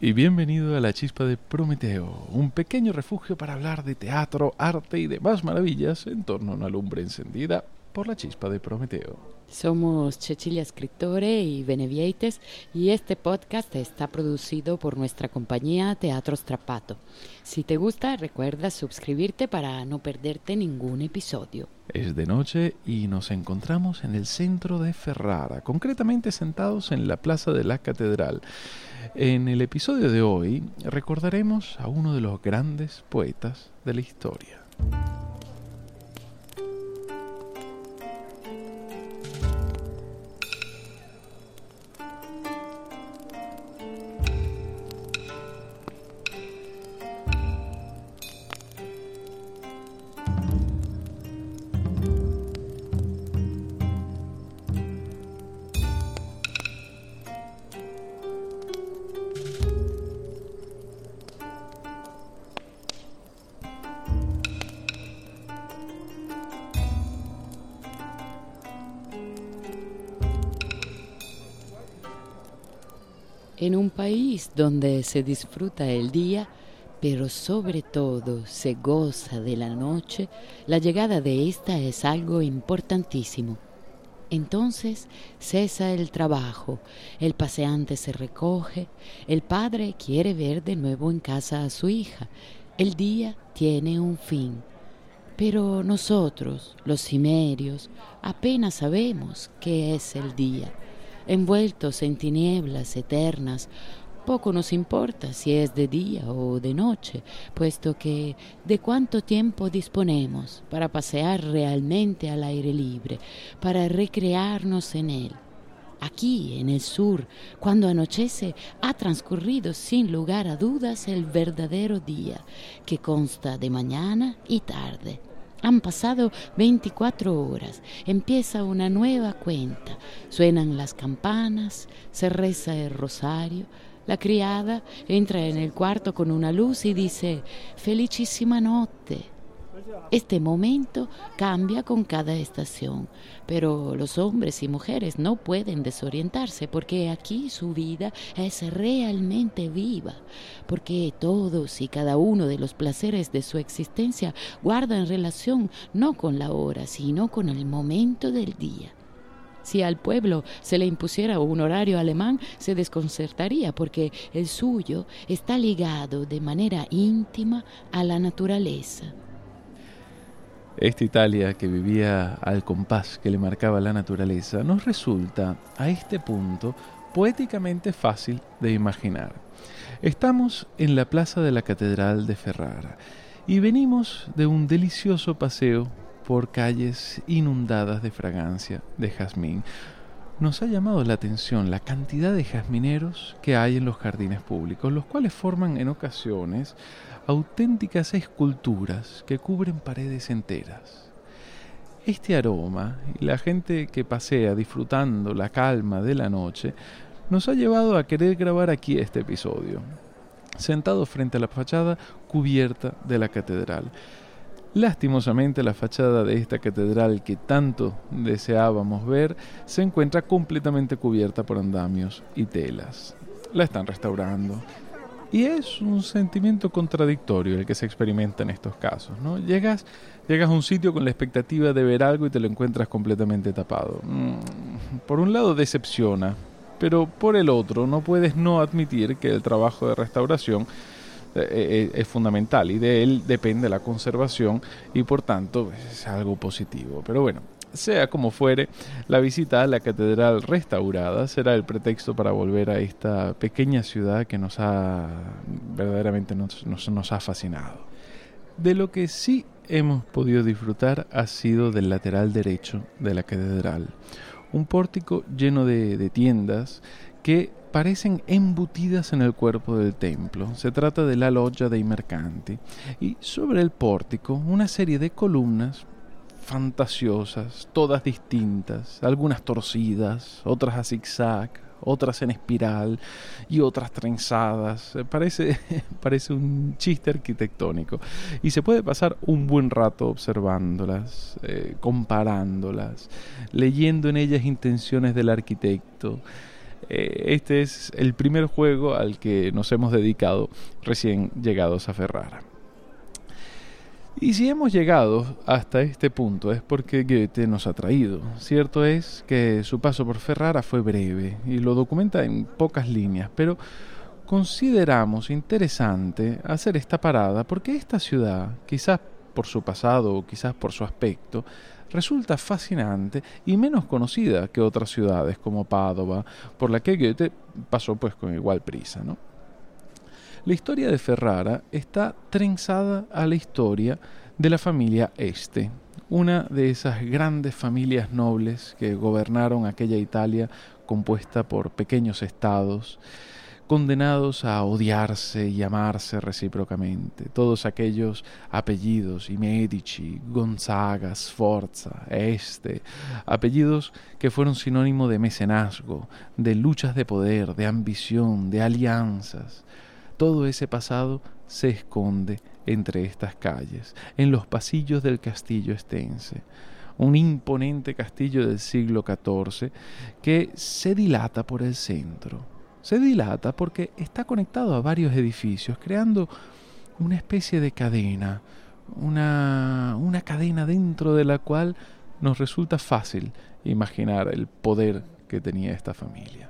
y bienvenido a La Chispa de Prometeo, un pequeño refugio para hablar de teatro, arte y demás maravillas en torno a una lumbre encendida por la chispa de Prometeo. Somos Cecilia Scrittore y Benevieites y este podcast está producido por nuestra compañía Teatro Strappato. Si te gusta, recuerda suscribirte para no perderte ningún episodio. Es de noche y nos encontramos en el centro de Ferrara, concretamente sentados en la plaza de la Catedral. En el episodio de hoy recordaremos a uno de los grandes poetas de la historia. En un país donde se disfruta el día, pero sobre todo se goza de la noche, la llegada de esta es algo importantísimo. Entonces cesa el trabajo, el paseante se recoge, el padre quiere ver de nuevo en casa a su hija, el día tiene un fin. Pero nosotros, los cimerios, apenas sabemos qué es el día. Envueltos en tinieblas eternas, poco nos importa si es de día o de noche, puesto que de cuánto tiempo disponemos para pasear realmente al aire libre, para recrearnos en él. Aquí, en el sur, cuando anochece, ha transcurrido sin lugar a dudas el verdadero día, que consta de mañana y tarde. Han pasado 24 horas, empieza una nueva cuenta, suenan las campanas, se reza el rosario, la criada entra en el cuarto con una luz y dice «Felicissima notte». Este momento cambia con cada estación, pero los hombres y mujeres no pueden desorientarse porque aquí su vida es realmente viva, porque todos y cada uno de los placeres de su existencia guardan relación no con la hora, sino con el momento del día. Si al pueblo se le impusiera un horario alemán, se desconcertaría porque el suyo está ligado de manera íntima a la naturaleza. Esta Italia que vivía al compás que le marcaba la naturaleza nos resulta, a este punto, poéticamente fácil de imaginar. Estamos en la plaza de la Catedral de Ferrara y venimos de un delicioso paseo por calles inundadas de fragancia de jazmín. Nos ha llamado la atención la cantidad de jazmineros que hay en los jardines públicos, los cuales forman en ocasiones auténticas esculturas que cubren paredes enteras. Este aroma y la gente que pasea disfrutando la calma de la noche nos ha llevado a querer grabar aquí este episodio, sentados frente a la fachada cubierta de la catedral. Lastimosamente la fachada de esta catedral que tanto deseábamos ver se encuentra completamente cubierta por andamios y telas. La están restaurando. Y es un sentimiento contradictorio el que se experimenta en estos casos, ¿no? Llegas a un sitio con la expectativa de ver algo y te lo encuentras completamente tapado. Por un lado decepciona, pero por el otro no puedes no admitir que el trabajo de restauración es fundamental y de él depende la conservación y por tanto es algo positivo. Pero bueno, sea como fuere, la visita a la catedral restaurada será el pretexto para volver a esta pequeña ciudad que verdaderamente nos ha fascinado. De lo que sí hemos podido disfrutar ha sido del lateral derecho de la catedral, un pórtico lleno de tiendas que parecen embutidas en el cuerpo del templo. Se trata de la Loggia dei Mercanti y sobre el pórtico una serie de columnas fantasiosas, todas distintas, algunas torcidas, otras a zigzag, otras en espiral y otras trenzadas. Parece un chiste arquitectónico y se puede pasar un buen rato observándolas, comparándolas, leyendo en ellas intenciones del arquitecto. Este es el primer juego al que nos hemos dedicado recién llegados a Ferrara. Y si hemos llegado hasta este punto es porque Goethe nos ha traído. Cierto es que su paso por Ferrara fue breve y lo documenta en pocas líneas, pero consideramos interesante hacer esta parada porque esta ciudad, quizás por su pasado o quizás por su aspecto, resulta fascinante y menos conocida que otras ciudades como Padova, por la que Goethe pasó pues con igual prisa, ¿no? La historia de Ferrara está trenzada a la historia de la familia Este, una de esas grandes familias nobles que gobernaron aquella Italia compuesta por pequeños estados, condenados a odiarse y amarse recíprocamente. Todos aquellos apellidos, i Medici, Gonzaga, Sforza, Este, apellidos que fueron sinónimo de mecenazgo, de luchas de poder, de ambición, de alianzas. Todo ese pasado se esconde entre estas calles, en los pasillos del castillo estense, un imponente castillo del siglo XIV que se dilata por el centro. Se dilata porque está conectado a varios edificios, creando una especie de cadena, una cadena dentro de la cual nos resulta fácil imaginar el poder que tenía esta familia.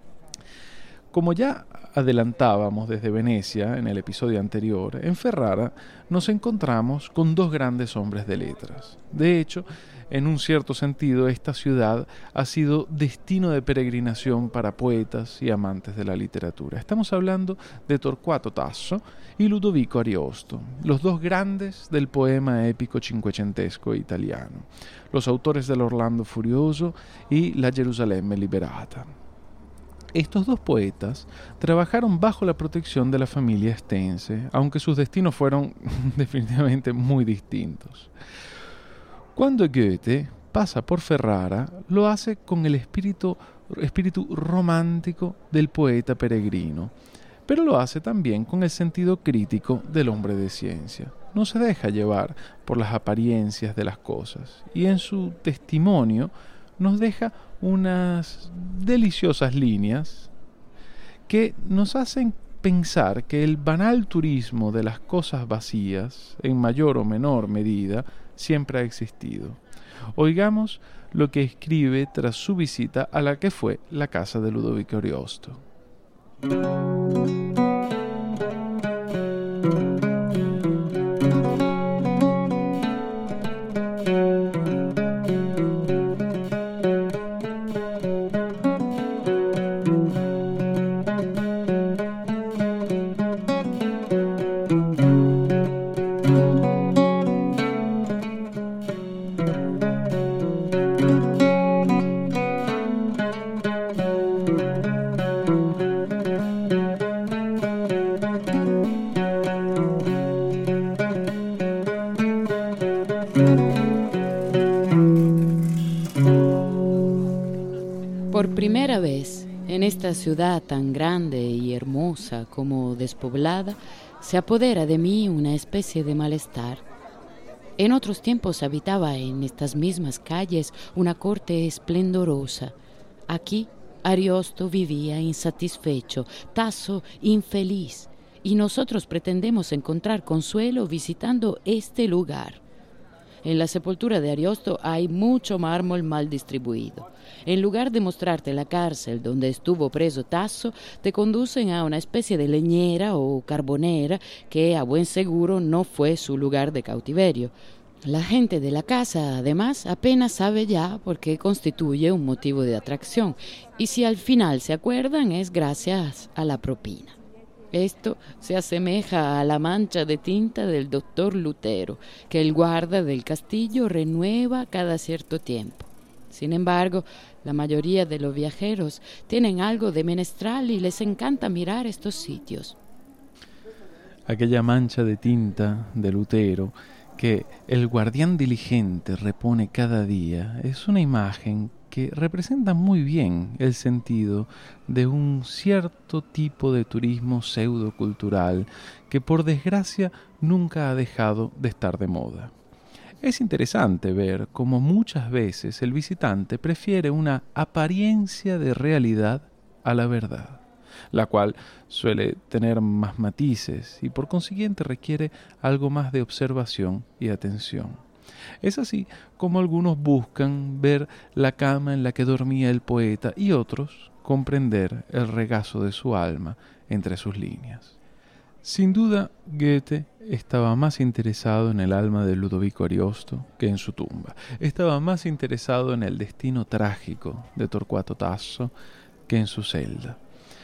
Como ya adelantábamos desde Venecia en el episodio anterior, en Ferrara nos encontramos con dos grandes hombres de letras. De hecho, en un cierto sentido, esta ciudad ha sido destino de peregrinación para poetas y amantes de la literatura. Estamos hablando de Torquato Tasso y Ludovico Ariosto, los dos grandes del poema épico cinquecentesco italiano, los autores del Orlando Furioso y la Gerusalemme Liberata. Estos dos poetas trabajaron bajo la protección de la familia estense, aunque sus destinos fueron definitivamente muy distintos. Cuando Goethe pasa por Ferrara, lo hace con el espíritu romántico del poeta peregrino, pero lo hace también con el sentido crítico del hombre de ciencia. No se deja llevar por las apariencias de las cosas, y en su testimonio nos deja unas deliciosas líneas que nos hacen pensar que el banal turismo de las cosas vacías, en mayor o menor medida, siempre ha existido. Oigamos lo que escribe tras su visita a la que fue la casa de Ludovico Ariosto. Por primera vez, en esta ciudad tan grande y hermosa como despoblada, se apodera de mí una especie de malestar. En otros tiempos habitaba en estas mismas calles una corte esplendorosa. Aquí Ariosto vivía insatisfecho, Tasso infeliz, y nosotros pretendemos encontrar consuelo visitando este lugar. En la sepultura de Ariosto hay mucho mármol mal distribuido. En lugar de mostrarte la cárcel donde estuvo preso Tasso, te conducen a una especie de leñera o carbonera que a buen seguro no fue su lugar de cautiverio. La gente de la casa, además, apenas sabe ya por qué constituye un motivo de atracción, y si al final se acuerdan es gracias a la propina. Esto se asemeja a la mancha de tinta del doctor Lutero, que el guarda del castillo renueva cada cierto tiempo. Sin embargo, la mayoría de los viajeros tienen algo de menestral y les encanta mirar estos sitios. Aquella mancha de tinta de Lutero que el guardián diligente repone cada día es una imagen que representa muy bien el sentido de un cierto tipo de turismo pseudocultural que por desgracia nunca ha dejado de estar de moda. Es interesante ver cómo muchas veces el visitante prefiere una apariencia de realidad a la verdad, la cual suele tener más matices y por consiguiente requiere algo más de observación y atención. Es así como algunos buscan ver la cama en la que dormía el poeta y otros comprender el regazo de su alma entre sus líneas. Sin duda, Goethe estaba más interesado en el alma de Ludovico Ariosto que en su tumba. Estaba más interesado en el destino trágico de Torquato Tasso que en su celda.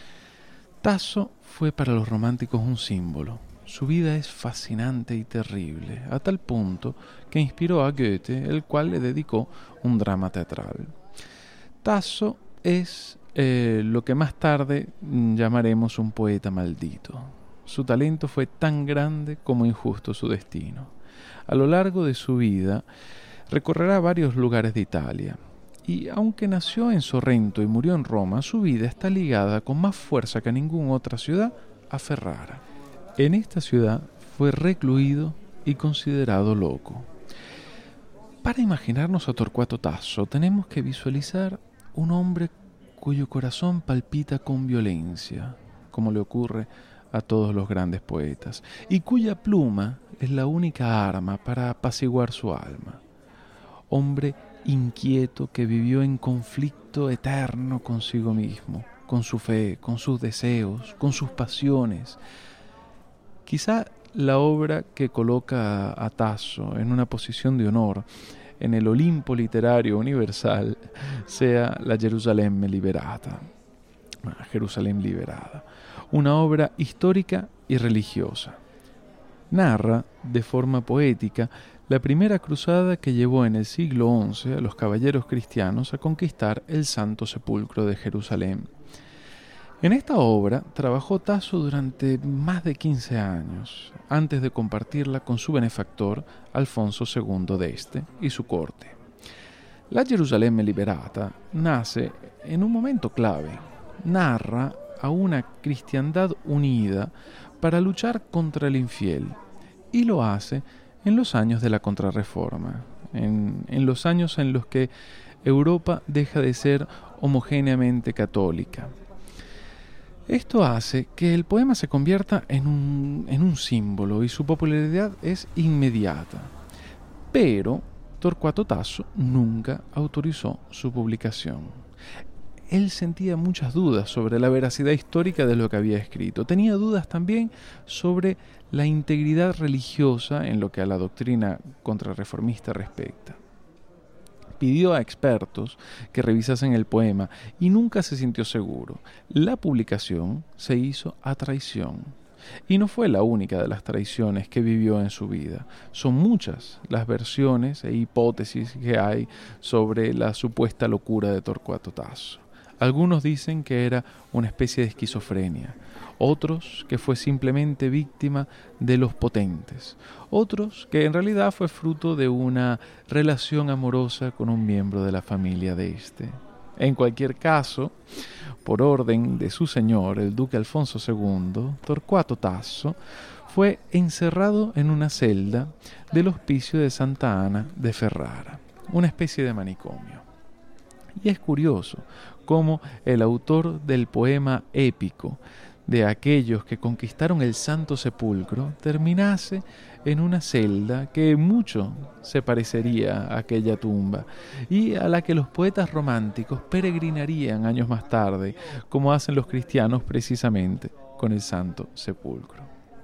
Tasso fue para los románticos un símbolo. Su vida es fascinante y terrible, a tal punto que inspiró a Goethe, el cual le dedicó un drama teatral. Tasso es lo que más tarde llamaremos un poeta maldito. Su talento fue tan grande como injusto su destino. A lo largo de su vida recorrerá varios lugares de Italia. Y aunque nació en Sorrento y murió en Roma, su vida está ligada con más fuerza que ninguna otra ciudad a Ferrara. En esta ciudad fue recluido y considerado loco. Para imaginarnos a Torquato Tasso tenemos que visualizar un hombre cuyo corazón palpita con violencia, como le ocurre a todos los grandes poetas, y cuya pluma es la única arma para apaciguar su alma. Hombre inquieto que vivió en conflicto eterno consigo mismo, con su fe, con sus deseos, con sus pasiones. Quizá la obra que coloca a Tasso en una posición de honor en el Olimpo literario universal sea la Gerusalemme liberata. Jerusalén liberada, una obra histórica y religiosa. Narra, de forma poética, la primera cruzada que llevó en el siglo XI a los caballeros cristianos a conquistar el Santo Sepulcro de Jerusalén. En esta obra trabajó Tasso durante más de 15 años, antes de compartirla con su benefactor Alfonso II d'Este y su corte. La Gerusalemme liberata nace en un momento clave. Narra a una cristiandad unida para luchar contra el infiel, y lo hace en los años de la Contrarreforma, en los años en los que Europa deja de ser homogéneamente católica. Esto hace que el poema se convierta en un símbolo y su popularidad es inmediata. Pero Torquato Tasso nunca autorizó su publicación. Él sentía muchas dudas sobre la veracidad histórica de lo que había escrito. Tenía dudas también sobre la integridad religiosa en lo que a la doctrina contrarreformista respecta. Pidió a expertos que revisasen el poema y nunca se sintió seguro. La publicación se hizo a traición. Y no fue la única de las traiciones que vivió en su vida. Son muchas las versiones e hipótesis que hay sobre la supuesta locura de Torquato Tasso. Algunos dicen que era una especie de esquizofrenia, otros que fue simplemente víctima de los potentes, otros que en realidad fue fruto de una relación amorosa con un miembro de la familia de este. En cualquier caso, por orden de su señor, el duque Alfonso II, Torquato Tasso fue encerrado en una celda del hospicio de Santa Ana de Ferrara, una especie de manicomio. Y es curioso cómo el autor del poema épico de aquellos que conquistaron el Santo Sepulcro terminase en una celda que mucho se parecería a aquella tumba y a la que los poetas románticos peregrinarían años más tarde, como hacen los cristianos precisamente con el Santo Sepulcro.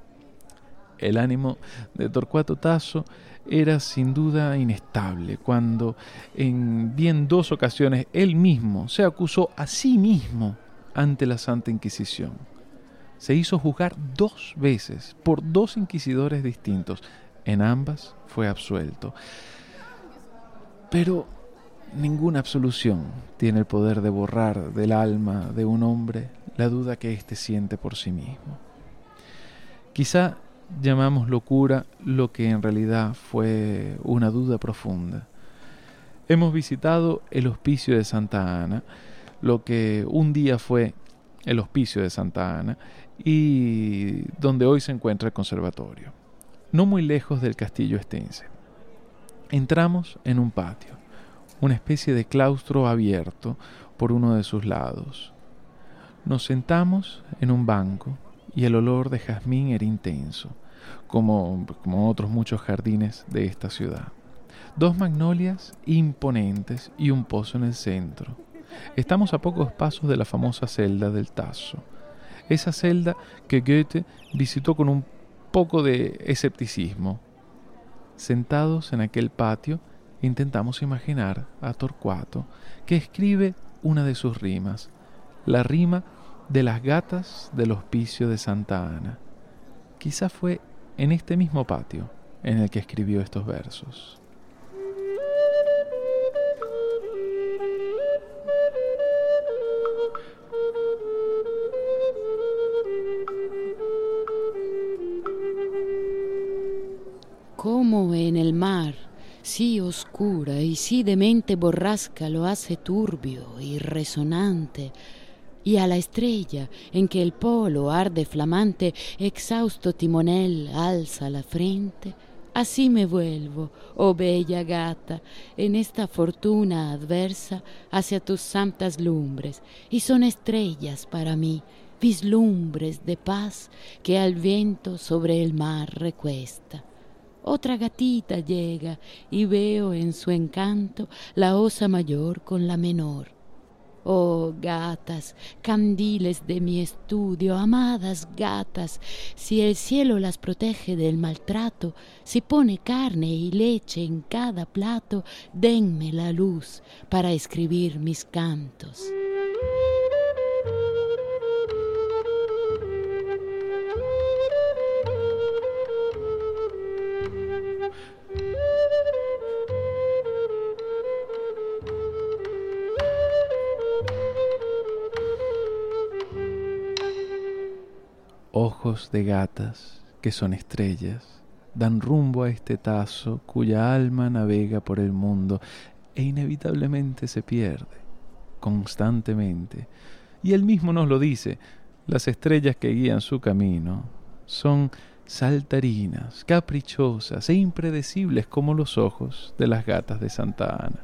El ánimo de Torquato Tasso era sin duda inestable cuando en bien 2 ocasiones él mismo se acusó a sí mismo ante la Santa Inquisición. Se hizo juzgar 2 veces por 2 inquisidores distintos. En ambas fue absuelto. Pero ninguna absolución tiene el poder de borrar del alma de un hombre la duda que éste siente por sí mismo. Quizá llamamos locura lo que en realidad fue una duda profunda. Hemos visitado el hospicio de Santa Ana, lo que un día fue el hospicio de Santa Ana y donde hoy se encuentra el conservatorio, no muy lejos del castillo estense. Entramos en un patio, una especie de claustro abierto por uno de sus lados. Nos sentamos en un banco y el olor de jazmín era intenso, como otros muchos jardines de esta ciudad. 2 magnolias imponentes y un pozo en el centro. Estamos a pocos pasos de la famosa celda del Tasso. Esa celda que Goethe visitó con un poco de escepticismo. Sentados en aquel patio, intentamos imaginar a Torquato, que escribe una de sus rimas, la rima de las gatas del hospicio de Santa Ana. Quizá fue en este mismo patio en el que escribió estos versos. Como en el mar, sí oscura y sí de mente borrasca lo hace turbio y resonante, y a la estrella en que el polo arde flamante, exhausto timonel alza la frente, así me vuelvo, oh bella gata, en esta fortuna adversa hacia tus santas lumbres, y son estrellas para mí, vislumbres de paz que al viento sobre el mar recuesta. Otra gatita llega y veo en su encanto la osa mayor con la menor. Oh gatas, candiles de mi estudio, amadas gatas, si el cielo las protege del maltrato, si pone carne y leche en cada plato, denme la luz para escribir mis cantos. Ojos de gatas que son estrellas, dan rumbo a este Tasso cuya alma navega por el mundo e inevitablemente se pierde, constantemente. Y él mismo nos lo dice, las estrellas que guían su camino son saltarinas, caprichosas e impredecibles como los ojos de las gatas de Santa Ana.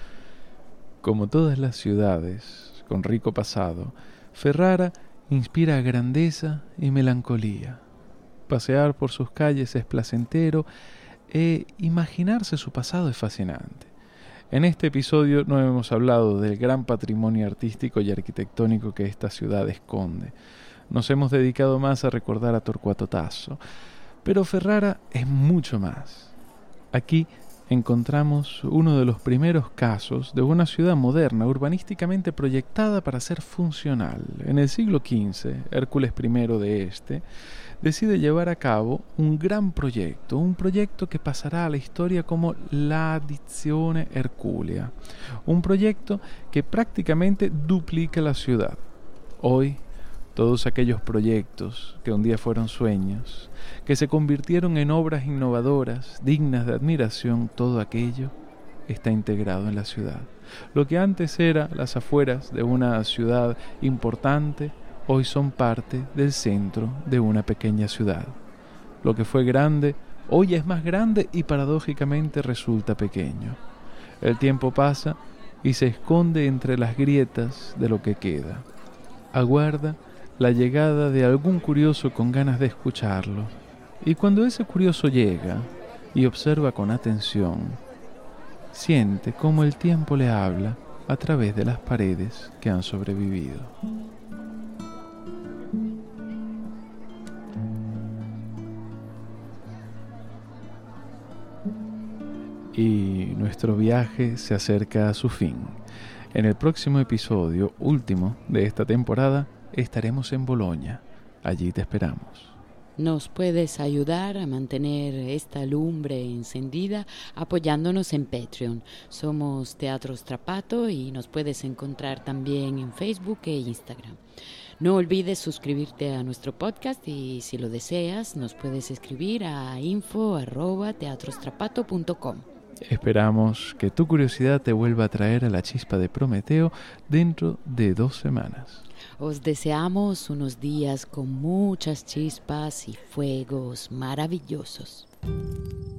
Como todas las ciudades con rico pasado, Ferrara inspira grandeza y melancolía. Pasear por sus calles es placentero e imaginarse su pasado es fascinante. En este episodio no hemos hablado del gran patrimonio artístico y arquitectónico que esta ciudad esconde. Nos hemos dedicado más a recordar a Torquato Tasso, pero Ferrara es mucho más. Aquí encontramos uno de los primeros casos de una ciudad moderna, urbanísticamente proyectada para ser funcional. En el siglo XV, Hércules I de este decide llevar a cabo un gran proyecto, un proyecto que pasará a la historia como la Addizione Herculea, un proyecto que prácticamente duplica la ciudad. Hoy, todos aquellos proyectos que un día fueron sueños, que se convirtieron en obras innovadoras, dignas de admiración, todo aquello está integrado en la ciudad. Lo que antes era las afueras de una ciudad importante, hoy son parte del centro de una pequeña ciudad. Lo que fue grande, hoy es más grande y paradójicamente resulta pequeño. El tiempo pasa y se esconde entre las grietas de lo que queda. Aguarda la llegada de algún curioso con ganas de escucharlo. Y cuando ese curioso llega y observa con atención, siente cómo el tiempo le habla a través de las paredes que han sobrevivido. Y nuestro viaje se acerca a su fin. En el próximo episodio, último de esta temporada, estaremos en Bolonia. Allí te esperamos. Nos puedes ayudar a mantener esta lumbre encendida apoyándonos en Patreon. Somos Teatro Strapato y nos puedes encontrar también en Facebook e Instagram. No olvides suscribirte a nuestro podcast y si lo deseas nos puedes escribir a info@teatrostrapato.com. Esperamos que tu curiosidad te vuelva a traer a la chispa de Prometeo dentro de 2 semanas. Os deseamos unos días con muchas chispas y fuegos maravillosos.